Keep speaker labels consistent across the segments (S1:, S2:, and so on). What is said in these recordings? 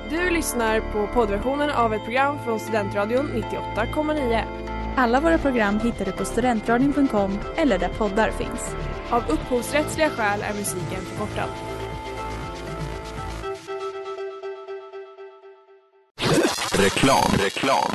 S1: Du lyssnar på poddversionen av ett program från Studentradion 98,9.
S2: Alla våra program hittar du på studentradion.com eller där poddar finns.
S1: Av upphovsrättsliga skäl är musiken förkortad.
S3: Reklam.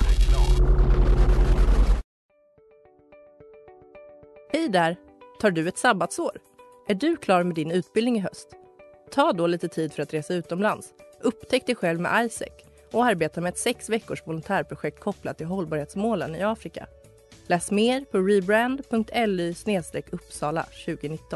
S4: Hej där! Tar du ett sabbatsår? Är du klar med din utbildning i höst? Ta då lite tid för att resa utomlands. Upptäck dig själv med ISEC och arbeta med ett 6 veckors volontärprojekt kopplat till hållbarhetsmålen i Afrika. Läs mer på rebrand.ly/Uppsala 2019.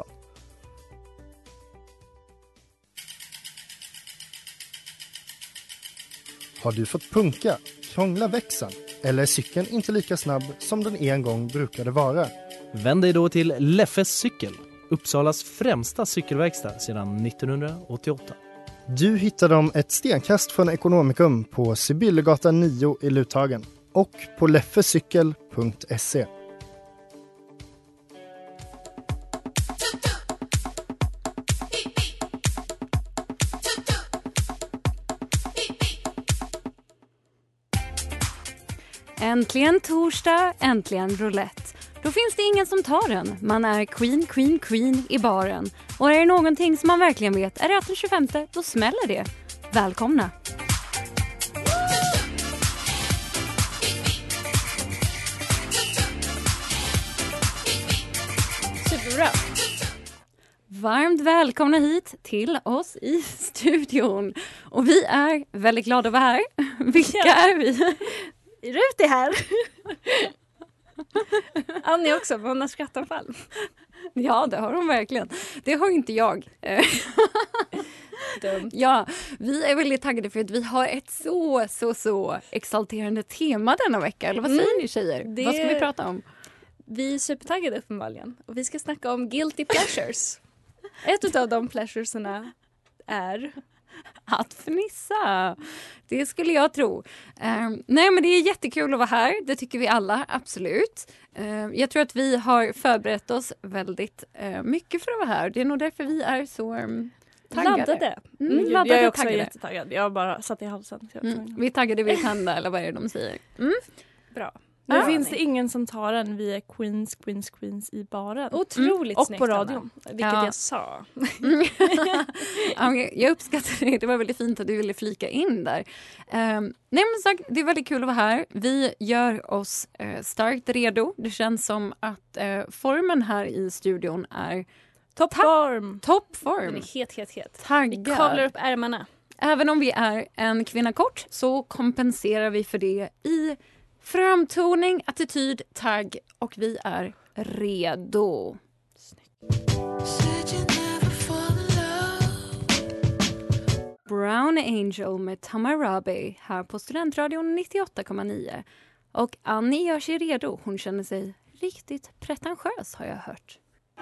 S5: Har du fått punka, krångla växeln eller är cykeln inte lika snabb som den en gång brukade vara?
S6: Vänd dig då till Leffes cykel, Uppsalas främsta cykelverkstad sedan 1988.
S5: Du hittar dem ett stenkast från Ekonomikum på Sibyllegatan 9 i Luthagen och på leffecykel.se.
S7: Äntligen torsdag, äntligen roulette. Då finns det ingen som tar den. Man är queen i baren. Och är det någonting som man verkligen vet är det att den 25, då smäller det. Välkomna!
S2: Superbra.
S7: Varmt välkomna hit till oss i studion. Och vi är väldigt glada att vara här. Vilka är vi?
S2: Rut är här. Annie också, men hon har skrattanfall.
S7: Ja, det har hon verkligen. Det har inte jag. Ja, vi är väldigt taggade för att vi har ett så exalterande tema denna vecka. Eller vad säger ni tjejer? Vad ska vi prata om?
S2: Vi är supertaggade uppenbarligen. Och vi ska snacka om guilty pleasures. Ett av de pleasuresarna är
S7: att fnissa. Det skulle jag tro. Nej, men det är jättekul att vara här. Det tycker vi alla, absolut. Jag tror att vi har förberett oss väldigt mycket för att vara här. Det är nog därför vi är så taggade.
S2: Laddade.
S7: Laddade.
S2: Jag är också jättetaggad. Jag har bara satt i halsen.
S7: Vi är taggade vid tända, eller vad är det de säger?
S2: Bra.
S8: Nu finns det ingen som tar den. Vi är queens i baren.
S2: Otroligt
S8: och
S2: snyggt,
S8: på radion.
S2: Vilket jag sa.
S7: Jag uppskattar det. Det var väldigt fint att du ville flika in där. Nej, men sagt, det är väldigt kul att vara här. Vi gör oss starkt redo. Det känns som att formen här i studion är
S8: Toppform.
S7: Toppform.
S2: Den är het.
S7: Taggad.
S2: Vi kavlar upp ärmarna.
S7: Även om vi är en kvinna kort så kompenserar vi för det i framtoning, attityd, tagg, och vi är redo. Brown Angel med Tamarabi här på Studentradion 98,9. Och Annie gör sig redo. Hon känner sig riktigt pretentiös, har jag hört.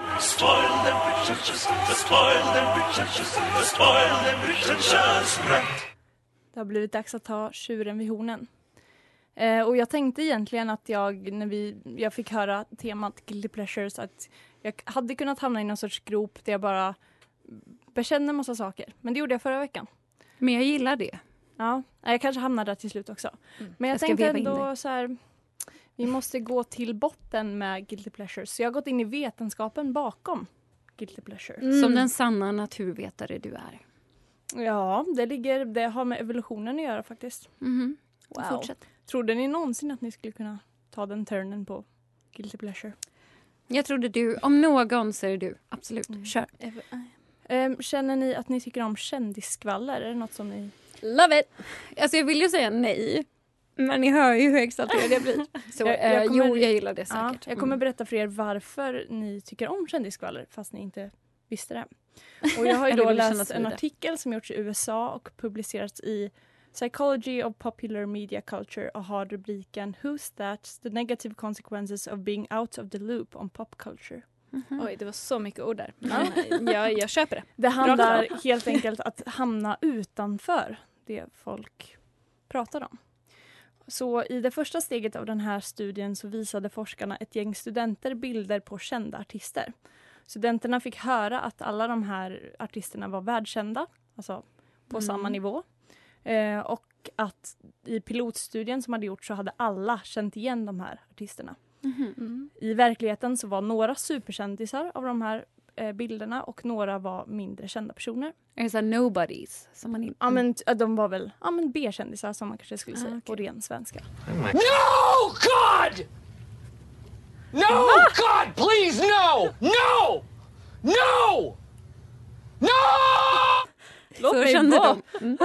S8: Det har blivit dags att ta tjuren vid hornen. Och jag tänkte egentligen att jag fick höra temat Guilty Pleasures, att jag hade kunnat hamna i någon sorts grop där jag bara bekänner massa saker. Men det gjorde jag förra veckan.
S7: Men jag gillar det.
S8: Ja, jag kanske hamnade där till slut också. Men jag tänkte ändå så här, vi måste gå till botten med Guilty Pleasures. Så jag har gått in i vetenskapen bakom Guilty Pleasures.
S7: Som den sanna naturvetare du är.
S8: Ja, det har med evolutionen att göra faktiskt.
S7: Wow. Fortsätt.
S8: Trodde ni någonsin att ni skulle kunna ta den turnen på Guilty Pleasure?
S7: Jag trodde du, om någon så är det du. Absolut, kör.
S8: Känner ni att ni tycker om kändisskvaller? Är det något som ni...
S2: Love it!
S7: Alltså jag vill ju säga nej. Men ni hör ju hur exalterad jag blir. Så, jag gillar det säkert.
S8: Jag kommer berätta för er varför ni tycker om kändisskvaller fast ni inte visste det. Och jag har ju då läst en artikel som gjorts i USA och publicerats i Psychology of Popular Media Culture och har rubriken Who's That? The Negative Consequences of Being Out of the Loop on Pop Culture.
S2: Oj, det var så mycket ord där. Men jag köper det.
S8: Det handlar helt enkelt att hamna utanför det folk pratar om. Så i det första steget av den här studien så visade forskarna ett gäng studenter bilder på kända artister. Studenterna fick höra att alla de här artisterna var världskända, alltså på samma nivå. Och att i pilotstudien som hade gjorts så hade alla känt igen de här artisterna. I verkligheten så var några superkändisar av de här bilderna och några var mindre kända personer.
S7: Är det så här nobodies? Som man inte...
S8: Ja, men de var väl B-kändisar som man kanske skulle säga på ren svenska.
S3: No, God! No, God, please, no! No! No! No!
S8: Låt
S7: Så
S8: mig
S7: kände
S8: vara.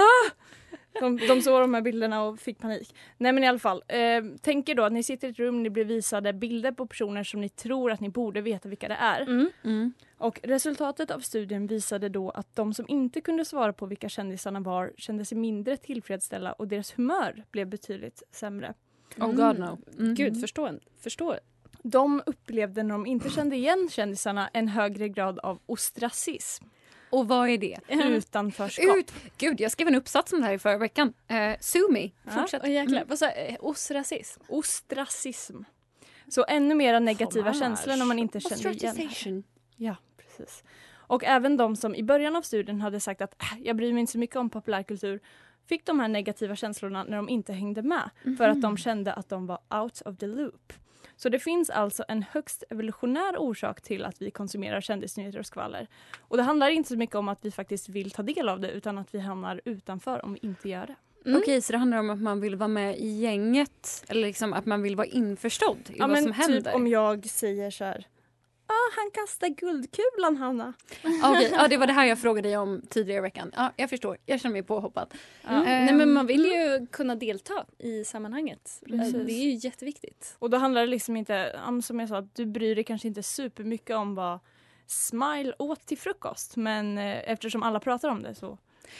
S7: de.
S8: De såg de här bilderna och fick panik. Nej, men i alla fall. Tänk er då att ni sitter i ett rum och ni blir visade bilder på personer som ni tror att ni borde veta vilka det är. Och resultatet av studien visade då att de som inte kunde svara på vilka kändisarna var kände sig mindre tillfredsställda och deras humör blev betydligt sämre.
S7: Oh God no.
S2: Gud, förstår.
S8: De upplevde när de inte kände igen kändisarna en högre grad av ostracism.
S7: Och vad är det?
S8: Utanförskap.
S7: Gud, jag skrev en uppsats om det här i förra veckan. Sue me. Fortsätt.
S2: Vad sa ostracism?
S8: Ostracism. Så ännu mera negativa känslor när man inte känner igen.
S7: Ostracization.
S8: Ja, precis. Och även de som i början av studien hade sagt att jag bryr mig inte så mycket om populärkultur fick de här negativa känslorna när de inte hängde med. För att de kände att de var out of the loop. Så det finns alltså en högst evolutionär orsak till att vi konsumerar kändisnyheter och skvaller. Och det handlar inte så mycket om att vi faktiskt vill ta del av det utan att vi hamnar utanför om vi inte gör det.
S7: Okej, så det handlar om att man vill vara med i gänget eller liksom att man vill vara införstådd i vad som händer.
S8: Typ om jag säger så här: han kastar guldkulan, Hanna.
S7: Okej, det var det här jag frågade dig om tidigare i veckan. Ja, jag förstår. Jag känner mig påhoppad.
S2: Nej, men man vill ju kunna delta i sammanhanget.
S8: Precis.
S2: Det är ju jätteviktigt.
S8: Och då handlar det liksom inte, som jag sa, att du bryr dig kanske inte supermycket om vad Smile åt till frukost. Men eftersom alla pratar om det så...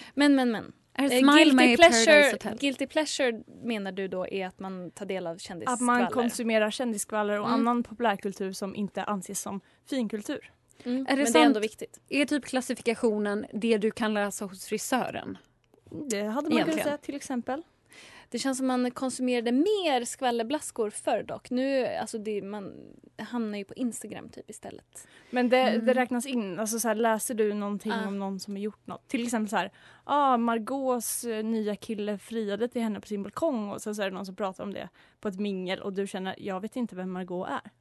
S2: Men.
S7: Är Smile med i Paradise Hotel?
S2: Guilty pleasure menar du då är att man tar del av kändisskvaller?
S8: Att man konsumerar kändisskvaller och annan populärkultur som inte anses som finkultur.
S7: Är det
S2: men
S7: sant?
S2: det är ändå viktigt.
S7: Är typ klassifikationen det du kan läsa hos frisören?
S8: Det hade man kunnat säga till exempel.
S2: Det känns som man konsumerade mer skvallerblaskor förr dock. Nu, alltså man hamnar ju på Instagram typ istället.
S8: Men det räknas in. Alltså så här, läser du någonting om någon som har gjort något? Till exempel så här, Margaux nya kille friade till henne på sin balkong och så är det någon som pratar om det på ett mingel och du känner, jag vet inte vem Margaux är.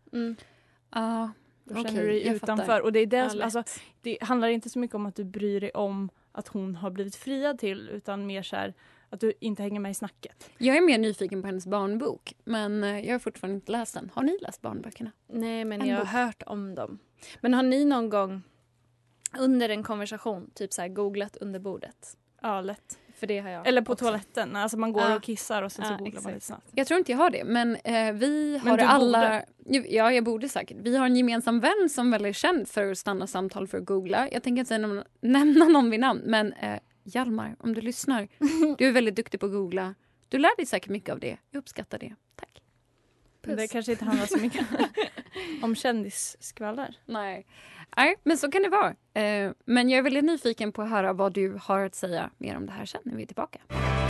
S8: Då känner du dig utanför.
S7: Fattar.
S8: Och det är det, alltså, det handlar inte så mycket om att du bryr dig om att hon har blivit friad till utan mer så här att du inte hänger med i snacket.
S7: Jag är mer nyfiken på hennes barnbok, men jag har fortfarande inte läst den. Har ni läst barnböckerna?
S2: Nej, men jag har hört om dem. Men har ni någon gång under en konversation typ så här googlat under bordet?
S8: Ja, lätt.
S2: För det har jag.
S8: Eller på
S2: också.
S8: toaletten. Alltså man går och kissar och sen så googlar man lite snabbt.
S7: Jag tror inte jag har det, men vi har alla... Ja, jag borde säkert. Vi har en gemensam vän som väl är känd för att stanna samtal för att googla. Jag tänker inte nämna någon vid namn, men Hjalmar, om du lyssnar. Du är väldigt duktig på att googla. Du lär dig säkert mycket av det. Jag uppskattar det. Tack.
S8: Men det kanske inte handlar så mycket om kändisskvaller.
S7: Nej, men så kan det vara. Men jag är väldigt nyfiken på att höra vad du har att säga mer om det här sen när vi är tillbaka.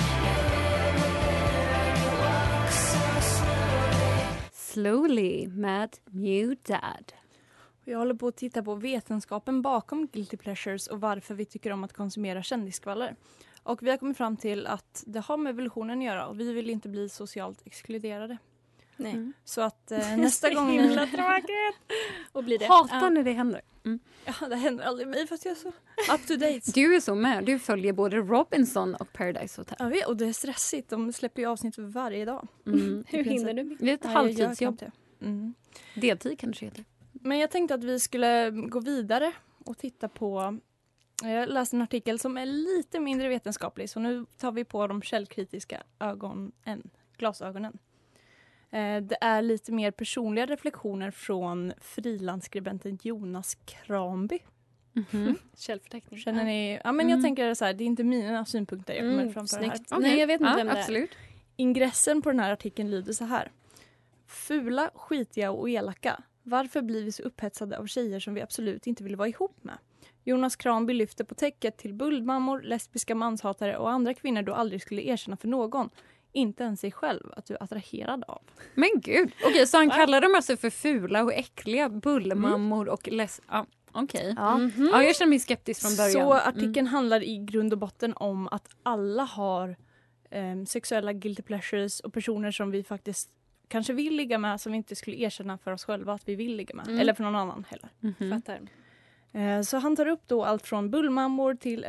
S7: Slowly med New Dad.
S8: Jag håller på att titta på vetenskapen bakom guilty pleasures och varför vi tycker om att konsumera kändisskvaller. Och vi har kommit fram till att det har med evolutionen att göra och vi vill inte bli socialt exkluderade.
S2: Nej.
S8: Så att nästa gång...
S2: himla tråkigt. Och blir det.
S7: Hatar när det händer.
S8: Ja, det händer aldrig mig fast jag är så up to date.
S7: Du är så med. Du följer både Robinson och Paradise Hotel.
S8: Ja, och det är stressigt. De släpper ju avsnitt varje dag.
S2: Hur hinner du?
S7: Det är ett halvtidsjobb.
S8: Deltid
S7: kanske heter.
S8: Men jag tänkte att vi skulle gå vidare och titta på... Jag läste en artikel som är lite mindre vetenskaplig. Så nu tar vi på de källkritiska glasögonen. Det är lite mer personliga reflektioner från frilansskribenten Jonas Kramby.
S2: Källförteckning.
S8: Känner ni? Ja, men jag tänker så här, det är inte mina synpunkter jag kommer framföra här.
S2: Okay. Nej, jag vet inte vem det är.
S7: Absolut.
S8: Ingressen på den här artikeln lyder så här. Fula, skitiga och elaka. Varför blir vi så upphetsade av tjejer som vi absolut inte vill vara ihop med? Jonas Kramby lyfter på täcket till bullmammor, lesbiska manshatare och andra kvinnor du aldrig skulle erkänna för någon. Inte ens sig själv att du är attraherad av.
S7: Men gud. Okej, så han kallar dem alltså för fula och äckliga bullmammor och okej.
S2: Ja.
S7: Ja, jag känner mig skeptisk från början.
S8: Så artikeln handlar i grund och botten om att alla har sexuella guilty pleasures och personer som vi faktiskt kanske vill ligga med som vi inte skulle erkänna för oss själva att vi vill ligga med. Eller för någon annan heller.
S2: Fattar.
S8: Så han tar upp då allt från bullmammor till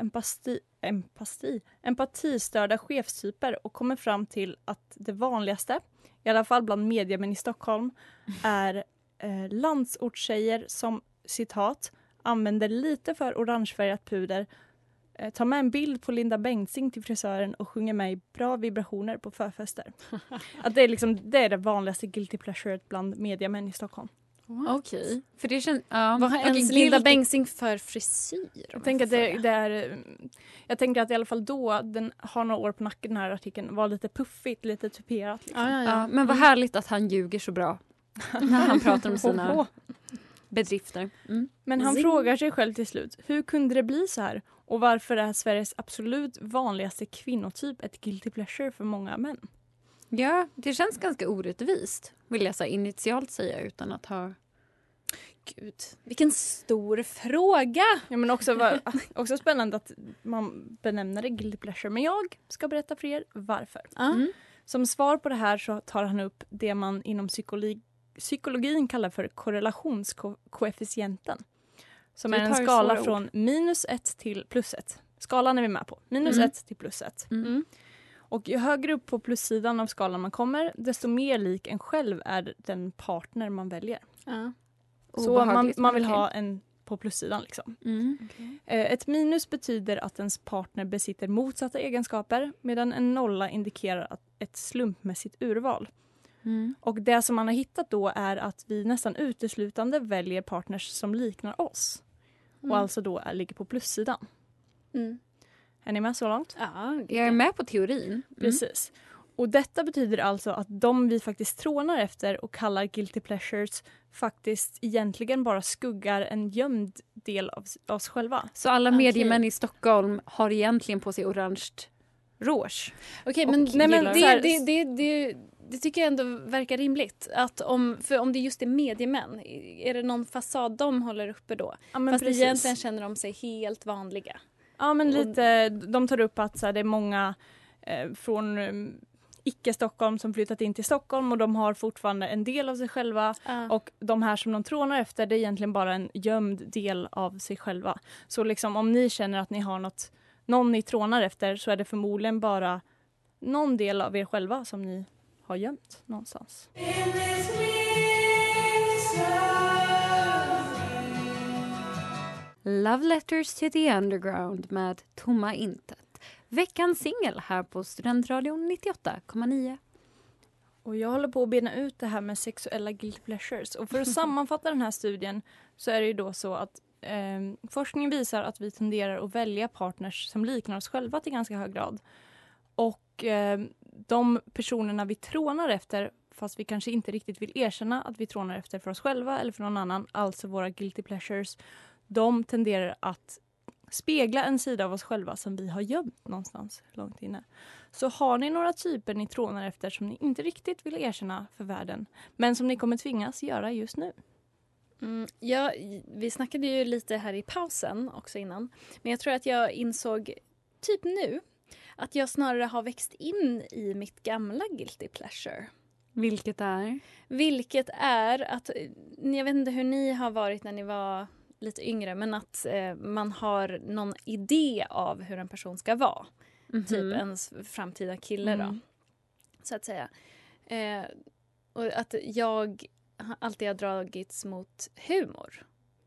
S8: empatistörda chefstyper och kommer fram till att det vanligaste, i alla fall bland mediemän i Stockholm, är landsortstjejer som, citat, använder lite för orangefärgat puder, tar med en bild på Linda Bengtzing till frisören och sjunger med i bra vibrationer på förfester. Att det är det vanligaste guilty pleasuret bland mediemän i Stockholm.
S7: Okej. För det känns...
S2: Vad har ens Linda Bengtzing för frisyr?
S8: Jag tänker att jag tänker att i alla fall då, den har några år på nacken, den här artikeln, var lite puffigt, lite tuperat. Liksom.
S7: Ja, men vad härligt att han ljuger så bra när han pratar om sina bedrifter.
S8: Men han frågar sig själv till slut, hur kunde det bli så här? Och varför är Sveriges absolut vanligaste kvinnotyp ett guilty pleasure för många män?
S7: Ja, det känns ganska orättvist, vill jag initialt säga utan att ha...
S2: Gud, vilken stor fråga!
S8: Ja, men också spännande att man benämner det guilty pleasure. Men jag ska berätta för er varför. Som svar på det här så tar han upp det man inom psykologin kallar för korrelationskoefficienten. Som är en skala från -1 till +1. Skalan är vi med på. -1 till +1. Och ju högre upp på plussidan av skalan man kommer, desto mer lik en själv är den partner man väljer. Så man vill ha en på plussidan. Liksom. Ett minus betyder att ens partner besitter motsatta egenskaper, medan en nolla indikerar ett slumpmässigt urval. Och det som man har hittat då är att vi nästan uteslutande väljer partners som liknar oss. Och alltså då ligger på plussidan. Är ni med så långt?
S2: Ja,
S7: jag är med på teorin.
S8: Precis. Och detta betyder alltså att de vi faktiskt trånar efter och kallar guilty pleasures faktiskt egentligen bara skuggar en gömd del av oss själva.
S7: Så alla mediemän i Stockholm har egentligen på sig orange rouge.
S2: Okej, men det tycker jag ändå verkar rimligt. Att om det just är mediemän, är det någon fasad de håller uppe då?
S8: Ja, men
S2: fast
S8: precis.
S2: Egentligen känner de sig helt vanliga.
S8: Ja, men lite, de tar upp att så här, det är många från icke-Stockholm som flyttat in till Stockholm och de har fortfarande en del av sig själva. Och de här som de trånar efter, det är egentligen bara en gömd del av sig själva. Så liksom, om ni känner att ni har någon ni trånar efter, så är det förmodligen bara någon del av er själva som ni har gömt någonstans.
S7: Love Letters to the Underground med Tomma intet. Veckans singel här på Studentradion 98,9.
S8: Och jag håller på att bena ut det här med sexuella guilty pleasures. Och för att sammanfatta den här studien så är det ju då så att forskningen visar att vi tenderar att välja partners som liknar oss själva till ganska hög grad. Och de personerna vi trånar efter, fast vi kanske inte riktigt vill erkänna att vi trånar efter för oss själva eller för någon annan, alltså våra guilty pleasures, de tenderar att spegla en sida av oss själva som vi har gömt någonstans långt inne. Så har ni några typer ni trånar efter som ni inte riktigt vill erkänna för världen, men som ni kommer tvingas göra just nu?
S2: Ja, vi snackade ju lite här i pausen också innan. Men jag tror att jag insåg typ nu att jag snarare har växt in i mitt gamla guilty pleasure.
S7: Vilket är
S2: att, jag vet inte hur ni har varit när ni var lite yngre, men att man har någon idé av hur en person ska vara. Typ ens framtida kille då, så att säga. Och att jag alltid har dragits mot humor.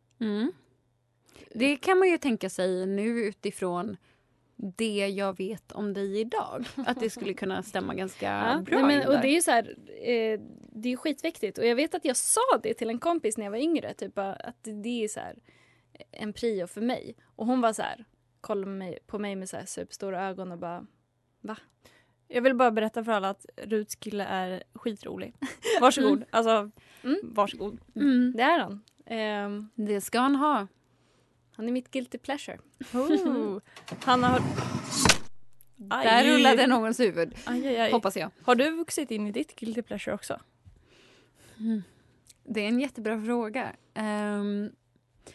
S7: Det kan man ju tänka sig nu utifrån det jag vet om dig idag. Att det skulle kunna stämma ganska bra.
S2: Nej, och det är ju så här, det är ju skitviktigt. Och jag vet att jag sa det till en kompis när jag var yngre. Typ att det är så här en prio för mig. Och hon var så här, kollade på mig med så här superstora ögon och bara, va?
S8: Jag vill bara berätta för alla att Ruts kille är skitrolig. Varsågod. Alltså, varsågod.
S2: Det är han.
S7: Det ska han ha.
S2: Han är mitt guilty pleasure.
S8: Han har...
S7: Där rullade någons huvud. Hoppas jag.
S8: Har du vuxit in i ditt guilty pleasure också?
S7: Det är en jättebra fråga.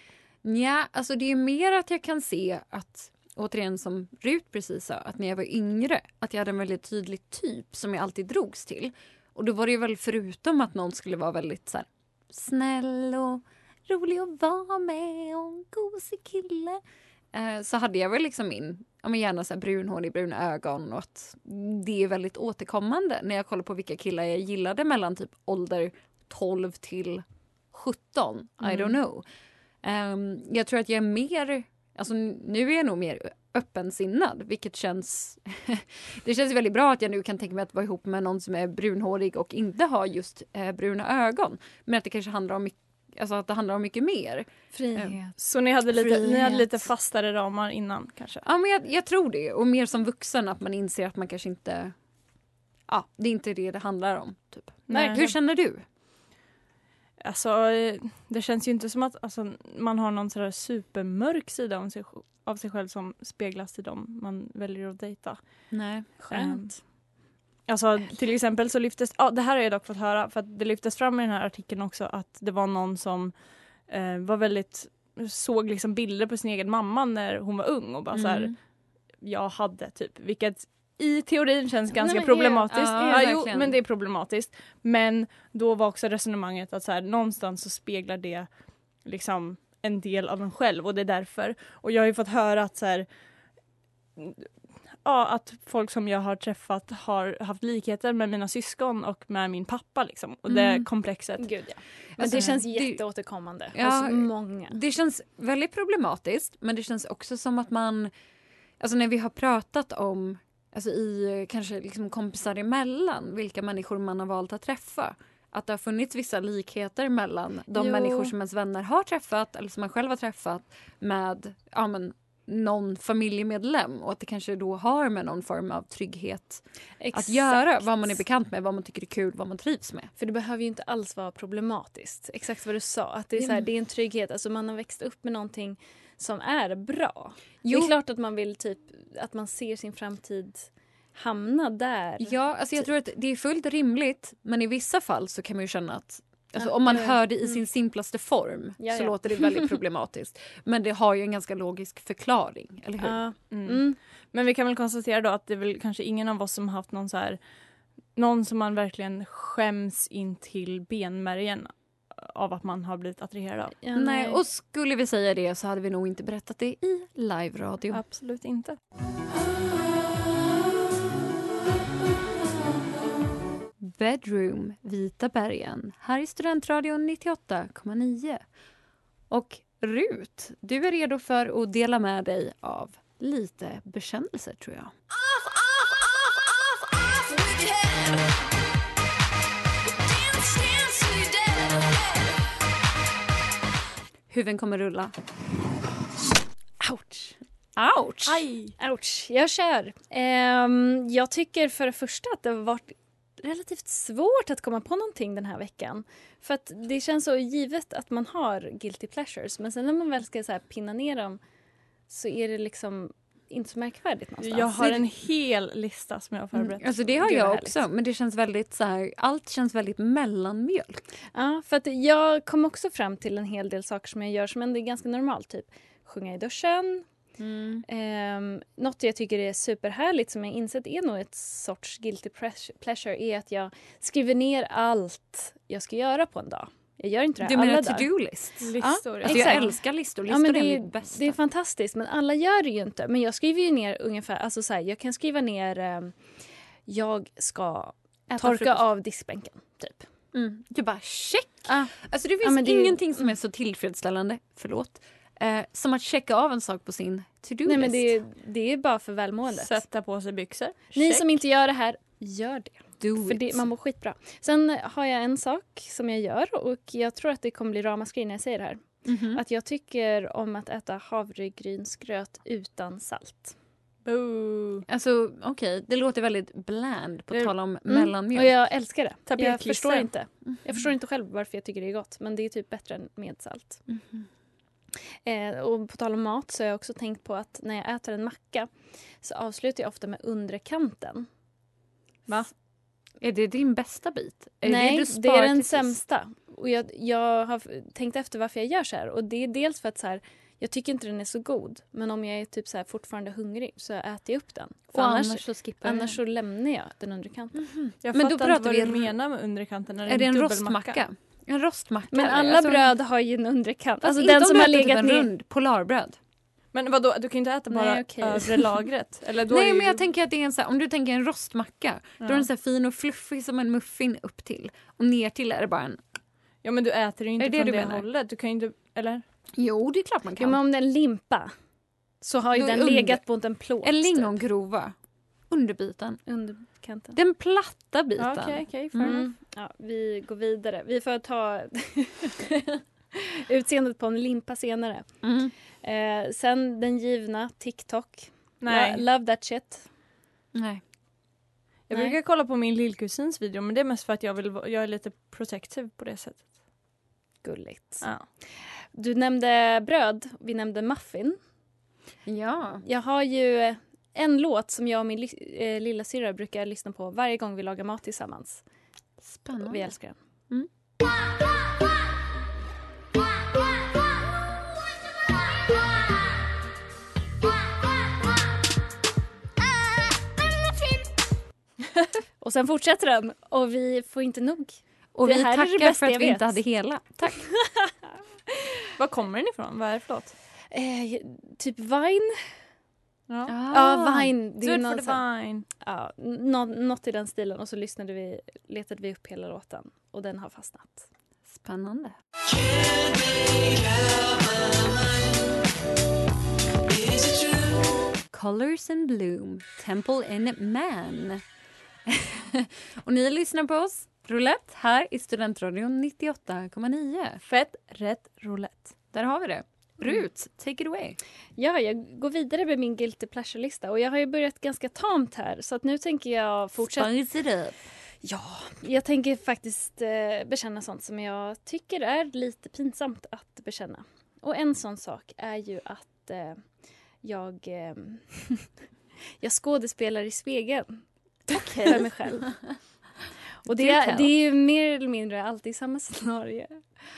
S7: Ja, alltså det är mer att jag kan se att, återigen som Rut precis sa, att när jag var yngre, att jag hade en väldigt tydlig typ som jag alltid drogs till. Och då var det ju väl förutom att någon skulle vara väldigt så här, snäll och rolig att vara med och en gosig kille. Så hade jag väl liksom gärna så här brunhårig, bruna ögon och att det är väldigt återkommande när jag kollar på vilka killar jag gillade mellan typ ålder 12 till 17. I don't know. Jag tror att jag är mer, alltså nu är jag nog mer öppensinnad, vilket känns det känns väldigt bra att jag nu kan tänka mig att vara ihop med någon som är brunhårig och inte har just bruna ögon, men att det kanske handlar om mycket, alltså att det handlar om mycket mer.
S2: Frihet.
S8: Så ni hade lite fastare ramar innan kanske?
S7: Ja, men jag tror det. Och mer som vuxen att man inser att man kanske inte, det är inte det handlar om typ.
S8: Nej.
S7: Hur känner du?
S8: Alltså, det känns ju inte som att man har någon sådär supermörk sida av sig själv som speglas i dem man väljer att dejta.
S2: Nej, skönt.
S8: Alltså till exempel så lyftes, det här har jag dock fått höra, för att det lyftes fram i den här artikeln också att det var någon som var väldigt, såg liksom bilder på sin egen mamma när hon var ung och bara så här, jag hade typ, vilket i teorin känns ganska problematiskt. Men det är problematiskt. Men då var också resonemanget att så här, någonstans så speglar det liksom en del av en själv och det är därför. Och jag har ju fått höra att så här, att folk som jag har träffat har haft likheter med mina syskon och med min pappa liksom. Och det komplexet.
S2: Gud, ja. Men det känns jätteåterkommande hos många.
S7: Det känns väldigt problematiskt, men det känns också som att man, alltså när vi har pratat om, alltså i kanske liksom kompisar emellan, vilka människor man har valt att träffa, att det har funnits vissa likheter mellan de människor som ens vänner har träffat eller som man själv har träffat med någon familjemedlem, och att det kanske då har med någon form av trygghet att göra, vad man är bekant med, vad man tycker är kul, vad man trivs med.
S2: För det behöver ju inte alls vara problematiskt. Exakt vad du sa, att det är, så här, det är en trygghet, alltså man har växt upp med någonting som är bra. Jo. Det är klart att man vill typ att man ser sin framtid hamna där.
S7: Ja, alltså jag tror att det är fullt rimligt, men i vissa fall så kan man ju känna att alltså, om man hör det i sin simplaste form så låter det väldigt problematiskt. Men det har ju en ganska logisk förklaring, eller hur?
S8: Men vi kan väl konstatera då att det är väl kanske ingen av oss som har haft någon så här, någon som man verkligen skäms in till benmärgen av att man har blivit attraherad av.
S7: Ja, nej, och skulle vi säga det så hade vi nog inte berättat det i live-radio.
S8: Absolut inte.
S7: Bedroom, Vita bergen, här i Studentradion 98,9. Och Rut, du är redo för att dela med dig av lite bekännelser, tror jag. Huvuden kommer rulla.
S2: Ouch.
S7: Ouch.
S2: Aj. Ouch. Jag kör. Jag tycker för det första att det har varit relativt svårt att komma på någonting den här veckan. För att det känns så givet att man har guilty pleasures. Men sen när man väl ska så här pinna ner dem så är det liksom inte så märkvärdigt någonstans.
S8: Jag har en hel lista som jag har förberett.
S7: Alltså det har jag också. Men det känns väldigt så här, allt känns väldigt mellanmjölk.
S2: Ja, för att jag kom också fram till en hel del saker som jag gör som ändå är ganska normalt. Typ sjunga i duschen. Något jag tycker är superhärligt som jag insett är nog ett sorts guilty pleasure är att jag skriver ner allt jag ska göra på en dag. Jag gör inte det
S7: alla
S2: dagar.
S7: Du menar to-do-list?
S8: Listor.
S7: Alltså jag älskar listor. Listor är mitt bästa.
S2: Det är fantastiskt, men alla gör det ju inte. Men jag skriver ju ner ungefär, alltså så här, jag kan skriva ner jag ska torka av diskbänken, typ.
S7: Du bara check. Alltså det finns ingenting som är så tillfredsställande, som att checka av en sak på sin to-do-list.
S2: Nej, men det är bara för välmåendet.
S8: Sätta på sig byxor.
S2: Ni som inte gör det här, gör det.
S7: För
S2: det, man mår skitbra. Sen har jag en sak som jag gör och jag tror att det kommer bli ramaskri när jag säger det här. Att jag tycker om att äta havregrynsgröt utan salt.
S8: Boo.
S7: Alltså okej, det låter väldigt bland på tal om mellanmjölk.
S2: Och jag älskar det. Jag
S8: Tapetklister.
S2: förstår inte. Jag förstår inte själv varför jag tycker det är gott. Men det är typ bättre än med salt. Och på tal om mat så har jag också tänkt på att när jag äter en macka så avslutar jag ofta med undre kanten.
S8: Va?
S7: Är det din bästa bit?
S2: Nej, det är den sämsta. Och jag har tänkt efter varför jag gör så här. Och det är dels för att så här, jag tycker inte den är så god. Men om jag är typ så här fortfarande hungrig så äter jag upp den.
S7: Och annars så skippar
S2: annars så lämnar jag den under kanten.
S8: Jag
S7: Men då
S8: fattar
S7: pratar
S8: inte vad
S7: vi
S8: du menar med underkanten.
S7: Är det en rostmacka? En rostmacka?
S2: Men alla
S7: alltså,
S2: bröd har ju en underkant.
S7: alltså
S2: Alltså den som har legat
S7: en
S2: ner.
S7: rund polarbröd.
S8: Men vadå, du kan inte äta bara
S2: Nej, okej.
S8: övre lagret. Eller då är
S7: Nej,
S8: det ju...
S7: men jag tänker att det är en så här, om du tänker en rostmacka, då är den så här fin och fluffig som en muffin upp till. Och ner till är det bara en...
S8: Ja, men du äter ju inte
S7: Är det
S8: från
S7: du
S8: det
S7: menar?
S8: hållet. Du kan ju inte... Eller?
S7: Jo, det är klart man
S2: Ja,
S7: kan.
S2: men om det är en limpa så har ju
S7: Då är
S2: den legat mot en plåt.
S7: En lingongrova. Underbiten.
S2: Underkanten.
S7: Den platta biten.
S8: Ja, okej, fair enough.
S2: Ja, vi går vidare. Vi får ta utseendet på en limpa senare. Sen den givna TikTok.
S8: Nej.
S2: Love that shit.
S7: Nej.
S8: Jag
S2: Nej.
S8: brukar kolla på min lillkusins video, men det är mest för att jag är lite protective på det sättet.
S2: Gulligt.
S8: Ja.
S2: Du nämnde bröd. Vi nämnde muffin.
S7: Ja.
S2: Jag har ju en låt som jag och min lilla syrra brukar lyssna på varje gång vi lagar mat tillsammans.
S7: Spännande.
S2: Vi älskar den. Och sen fortsätter den och vi får inte nog.
S7: Och
S2: Det
S7: vi
S2: här är det
S7: tackar
S2: bästa
S7: för att
S2: jag
S7: vi
S2: vet.
S7: inte hade hela. Tack.
S8: Var kommer den ifrån? Vad är det för låt?
S2: Typ Vine.
S8: Ja.
S2: Ja, Vine. Det är
S8: Good
S2: någon
S8: for the
S2: sån-
S8: vine.
S2: Ja, något i den stilen. Och så letade vi upp hela låten. Och den har fastnat.
S7: Spännande. Colors and Bloom, Temple in Man. Och ni lyssnar på oss, Roulette, här i Studentradion 98,9.
S8: Fett, rätt, roulette.
S7: Där har vi det. Rut, take it away.
S2: Ja, jag går vidare med min guilty pleasure-lista. Och jag har ju börjat ganska tamt här. Så att nu tänker jag fortsätta.
S7: Spice it up.
S2: Ja, jag tänker faktiskt bekänna sånt som jag tycker är lite pinsamt att bekänna. Och en sån sak är ju att jag skådespelar i spegeln. För mig själv. Och det är ju mer eller mindre alltid samma scenario.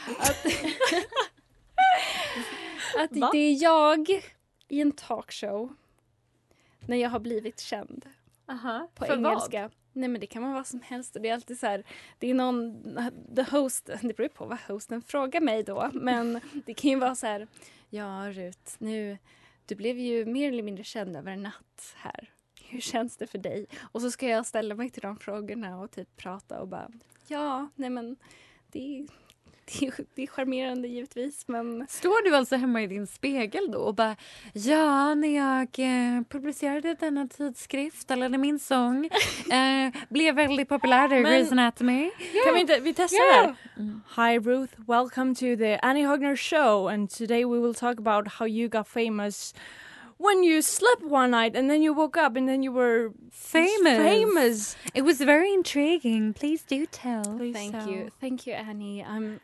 S2: Att det är jag i en talkshow när jag har blivit känd. På
S7: För
S2: engelska. Vad? Nej, men det kan vara vad som helst. Och det är alltid så här, det är någon, the host, det beror ju på vad hosten frågar mig då. Men det kan ju vara så här, ja Rut, du blev ju mer eller mindre känd över en natt här. Hur känns det för dig? Och så ska jag ställa mig till de frågorna och typ prata och bara, ja, nej men det är charmerande givetvis, men...
S7: Står du alltså hemma i din spegel då och bara, ja, när jag publicerade denna tidskrift eller min sång blev väldigt populär i Grey's Anatomy.
S8: Kan vi testar det? Hi Ruth, welcome to the Annie Hogner show, and today we will talk about how you got famous when you slept one night and then you woke up and then you were famous.
S7: It was very intriguing. Please do tell.
S2: Thank you, Annie.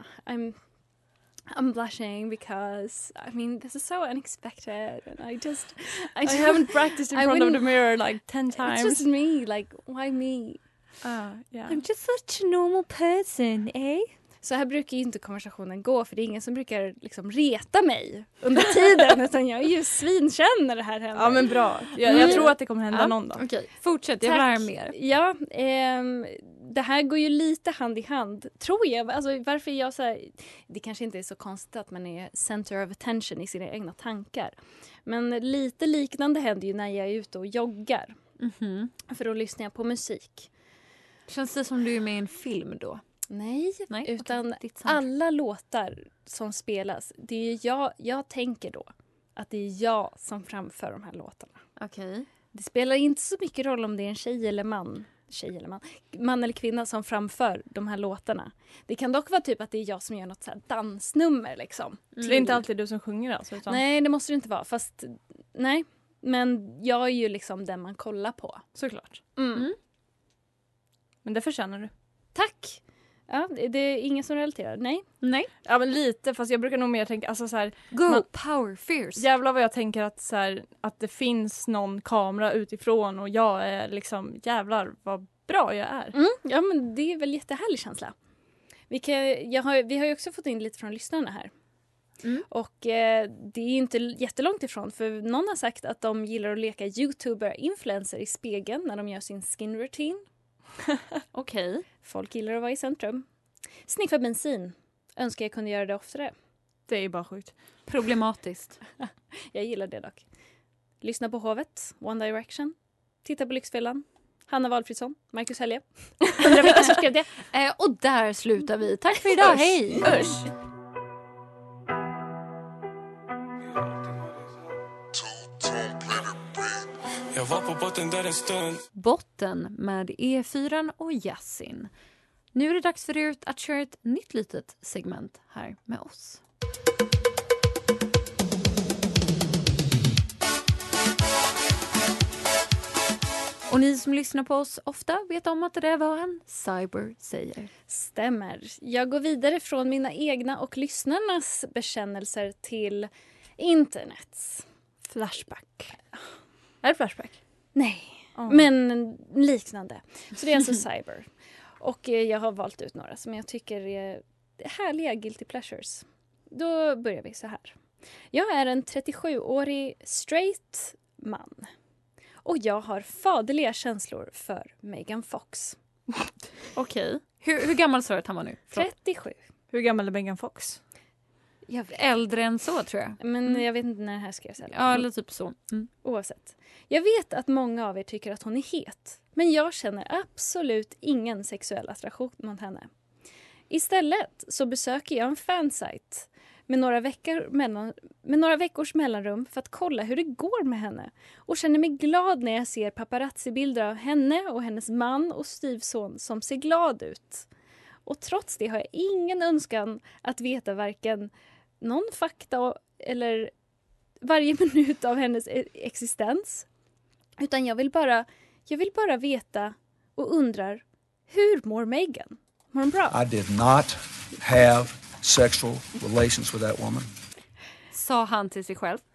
S2: I'm blushing because this is so unexpected, and I
S8: haven't practiced in front of the mirror like 10 times.
S2: It's just me. Like, why me?
S8: Yeah.
S7: I'm just such a normal person, eh?
S2: Så här brukar ju inte konversationen gå, för det är ingen som brukar liksom reta mig under tiden, utan jag är ju svinkänd när det här händer.
S8: Ja, men bra. Jag tror att det kommer hända någon dag.
S7: Okej, fortsätt. Jag vill höra mer.
S2: Ja, det här går ju lite hand i hand, tror jag. Alltså, varför jag så här, det kanske inte är så konstigt att man är center of attention i sina egna tankar. Men lite liknande händer ju när jag är ute och joggar. För då lyssnar jag på musik.
S7: Känns det som du är med i en film då?
S2: Nej, utan
S7: okej.
S2: alla låtar som spelas, det är jag tänker då att det är jag som framför de här låtarna.
S7: Okej.
S2: Det spelar inte så mycket roll om det är en tjej eller man eller kvinna som framför de här låtarna. Det kan dock vara typ att det är jag som gör något så här dansnummer liksom.
S8: Så det är inte alltid du som sjunger alltså? Utan...
S2: Nej, det måste det inte vara. Fast nej, men jag är ju liksom den man kollar på.
S8: Såklart.
S2: Mm.
S8: Men det förtjänar du.
S2: Tack! Ja, det är ingen som relaterar. Nej.
S8: Ja, men lite. Fast jag brukar nog mer tänka, alltså så här,
S7: power, fierce.
S8: Jävlar vad jag tänker att så här, att det finns någon kamera utifrån och jag är liksom, jävlar vad bra jag är.
S2: Ja, men det är väl jättehärlig känsla. Vi har ju också fått in lite från lyssnarna här. Och det är inte jättelångt ifrån, för någon har sagt att de gillar att leka YouTuber-influencer i spegeln när de gör sin skin routine.
S7: Okej.
S2: Folk gillar att vara i centrum. Sniffa bensin. Önskar jag kunde göra det oftare.
S8: Det är ju bara sjukt.
S7: Problematiskt.
S2: Jag gillar det dock. Lyssna på Hovet, One Direction. Titta på Lyxfällan. Hanna Valfridsson, Marcus Helge. Undrar vilka som skrev det.
S7: Och där slutar vi. Tack för idag, hej!
S2: Usch.
S9: Jag var på botten där en stund.
S7: Botten med E4 och Yasin. Nu är det dags för er att köra ett nytt litet segment här med oss. Och ni som lyssnar på oss ofta vet om att det där var en cyber säger.
S2: Stämmer. Jag går vidare från mina egna och lyssnarnas bekännelser till internets.
S8: Flashback. Är det Flashback?
S2: Nej, men liknande. Så det är alltså cyber. Och jag har valt ut några som jag tycker är härliga guilty pleasures. Då börjar vi så här. Jag är en 37-årig straight man. Och jag har faderliga känslor för Megan Fox.
S7: Okej. Hur gammal sa du att han var nu?
S2: 37.
S8: Hur gammal är Megan Fox?
S7: Äldre än så tror jag.
S2: Men jag vet inte när det här skrevs.
S7: Ja, eller typ så.
S2: Oavsett. Jag vet att många av er tycker att hon är het. Men jag känner absolut ingen sexuell attraktion mot henne. Istället så besöker jag en fansite med några veckors mellanrum för att kolla hur det går med henne. Och känner mig glad när jag ser paparazzi-bilder av henne och hennes man och styvson som ser glad ut. Och trots det har jag ingen önskan att veta varken någon fakta eller varje minut av hennes existens. Utan jag vill bara veta och undrar, hur mår Megan? Mår hon bra?
S10: I did not have sexual relations with that woman.
S7: Sa han till sig själv.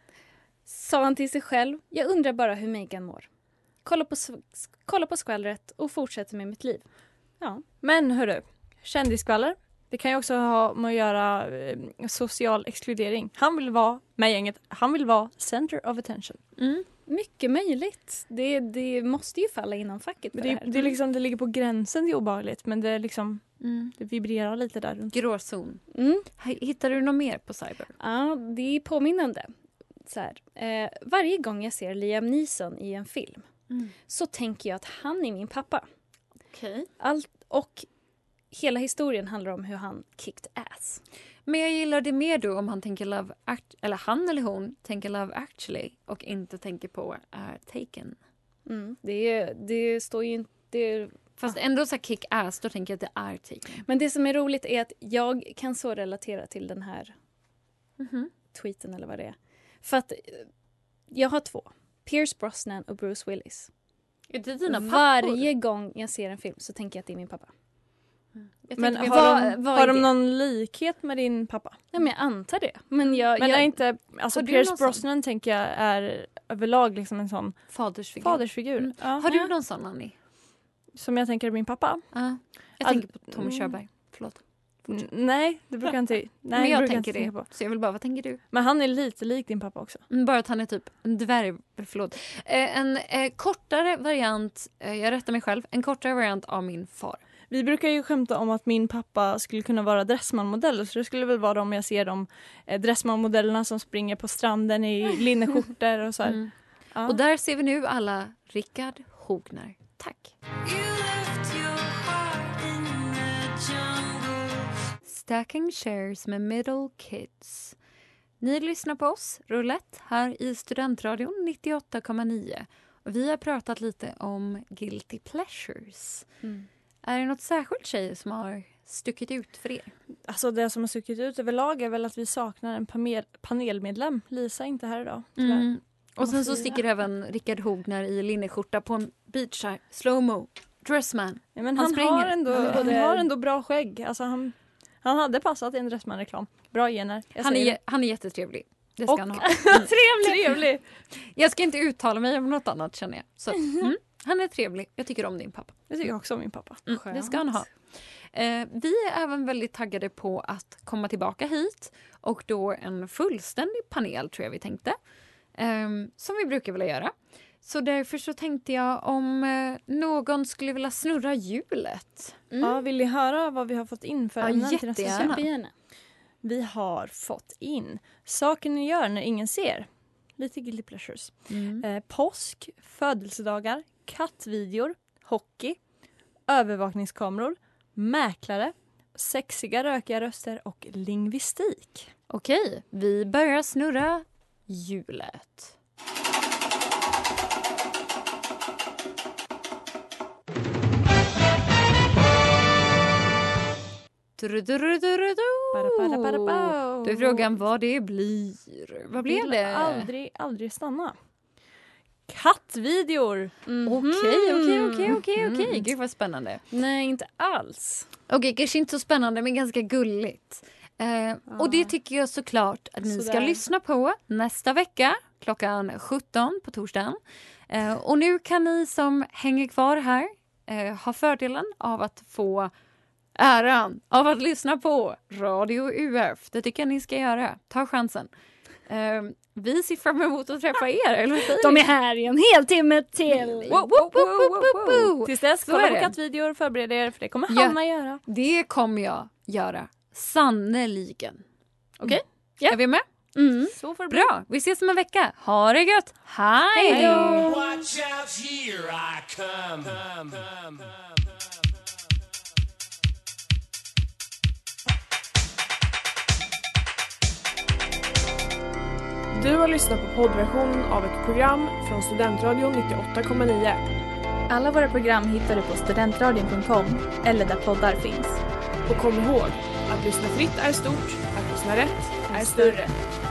S2: Jag undrar bara hur Megan mår. Kolla på skvallret och fortsätter med mitt liv. Ja.
S8: Men hörru, kändisskvaller. Det kan ju också ha med att göra social exkludering. Han vill vara med gänget. Han vill vara center of attention.
S2: Mycket möjligt. Det måste ju falla inom facket för det
S8: är liksom, det ligger på gränsen till obehagligt. Men det är liksom, det vibrerar lite där runt.
S7: Gråzon. Hittar du något mer på cyber?
S2: Ja, det är påminnande. Så här, varje gång jag ser Liam Neeson i en film så tänker jag att han är min pappa.
S7: Okej.
S2: Och hela historien handlar om hur han kicked ass.
S7: Men jag gillar det mer då om han tänker eller han eller hon tänker Love Actually och inte tänker på Taken.
S2: Det står ju inte...
S7: Fast ändå så kick ass, då tänker jag att det är Taken.
S2: Men det som är roligt är att jag kan så relatera till den här tweeten eller vad det är. För att jag har 2. Pierce Brosnan och Bruce Willis.
S7: Är det dina pappor?
S2: Varje gång jag ser en film så tänker jag att det är min pappa.
S8: Men har de någon likhet med din pappa?
S2: Ja, men jag antar det. Men
S8: är inte, alltså Pierce Brosnan tänker jag är överlag liksom en sån fadersfigur.
S7: Ja. Har du någon sån, Annie?
S8: Som jag tänker är min pappa?
S7: Ja. Jag tänker på Tommy Körberg. Förlåt.
S8: Nej, det brukar jag inte. Nej,
S7: men jag tänker det. På. Så jag vill bara, vad tänker du?
S8: Men han är lite lik din pappa också.
S7: Bara att han är typ en dvärg. Förlåt. En kortare variant, jag rättar mig själv, en kortare variant av min far.
S8: Vi brukar ju skämta om att min pappa skulle kunna vara Dressman-modell. Så det skulle väl vara om jag ser de Dressman-modellerna som springer på stranden i linneskjortor och så här. Ja.
S7: Och där ser vi nu alla Rickard Hogner. Tack. Stacking Shares med Middle Kids. Ni lyssnar på oss, Roulette, här i Studentradion 98,9. Och vi har pratat lite om guilty pleasures. Är det något särskilt tjej som har stuckit ut för er?
S8: Alltså det som har stuckit ut överlag är väl att vi saknar en panelmedlem. Lisa är inte här idag.
S7: Och sen så sticker även Rickard Hogner i linneskjorta på en beach här. Slow-mo. Dressman.
S8: Ja, men han har ändå bra skägg. Alltså han hade passat i en Dressman-reklam. Bra gener.
S7: Han är jättetrevlig. Det ska han ha.
S8: Trevlig!
S7: Jag ska inte uttala mig om något annat, känner jag. Så, Han är trevlig. Jag tycker om din pappa.
S8: Jag tycker också om min pappa.
S7: Det ska han ha. Vi är även väldigt taggade på att komma tillbaka hit. Och då en fullständig panel tror jag vi tänkte. Som vi brukar vilja göra. Så därför så tänkte jag om någon skulle vilja snurra hjulet.
S8: Ja, vill ni höra vad vi har fått in för ämnen till nästa säsong?
S2: Jättegärna.
S8: Vi har fått in saker ni gör när ingen ser. Lite guilty pleasures. Påsk, födelsedagar, kattvideor, hockey, övervakningskameror, mäklare, sexiga rökiga röster och lingvistik.
S7: Okej, vi börjar snurra hjulet. Då är frågan vad det blir. Vad blev det?
S8: Aldrig stanna. Kattvideor.
S7: Okej. Gud vad spännande.
S2: Nej, inte alls.
S7: Okej, kanske inte så spännande men ganska gulligt. Och det tycker jag såklart att ni ska lyssna på nästa vecka klockan 17 på torsdagen. Och nu kan ni som hänger kvar här ha fördelen av att få äran av att lyssna på Radio UF. Det tycker jag ni ska göra. Ta chansen. Vi ser fram emot att träffa er. Eller
S2: de är här i en hel timme till.
S8: Tills dess, kolla på kattvideor, förbered er för det kommer Hanna göra.
S7: Det kommer jag göra. Sannoliken. Okej?
S2: Ja.
S7: Är vi med?
S8: Så får det
S7: bra. Vi ses om en vecka. Ha det gött. Hej då!
S9: Watch out, here I come.
S1: Du har lyssnat på poddversion av ett program från Studentradion 98,9.
S11: Alla våra program hittar du på studentradion.com eller där poddar finns.
S1: Och kom ihåg, att lyssna fritt är stort, att lyssna rätt är större.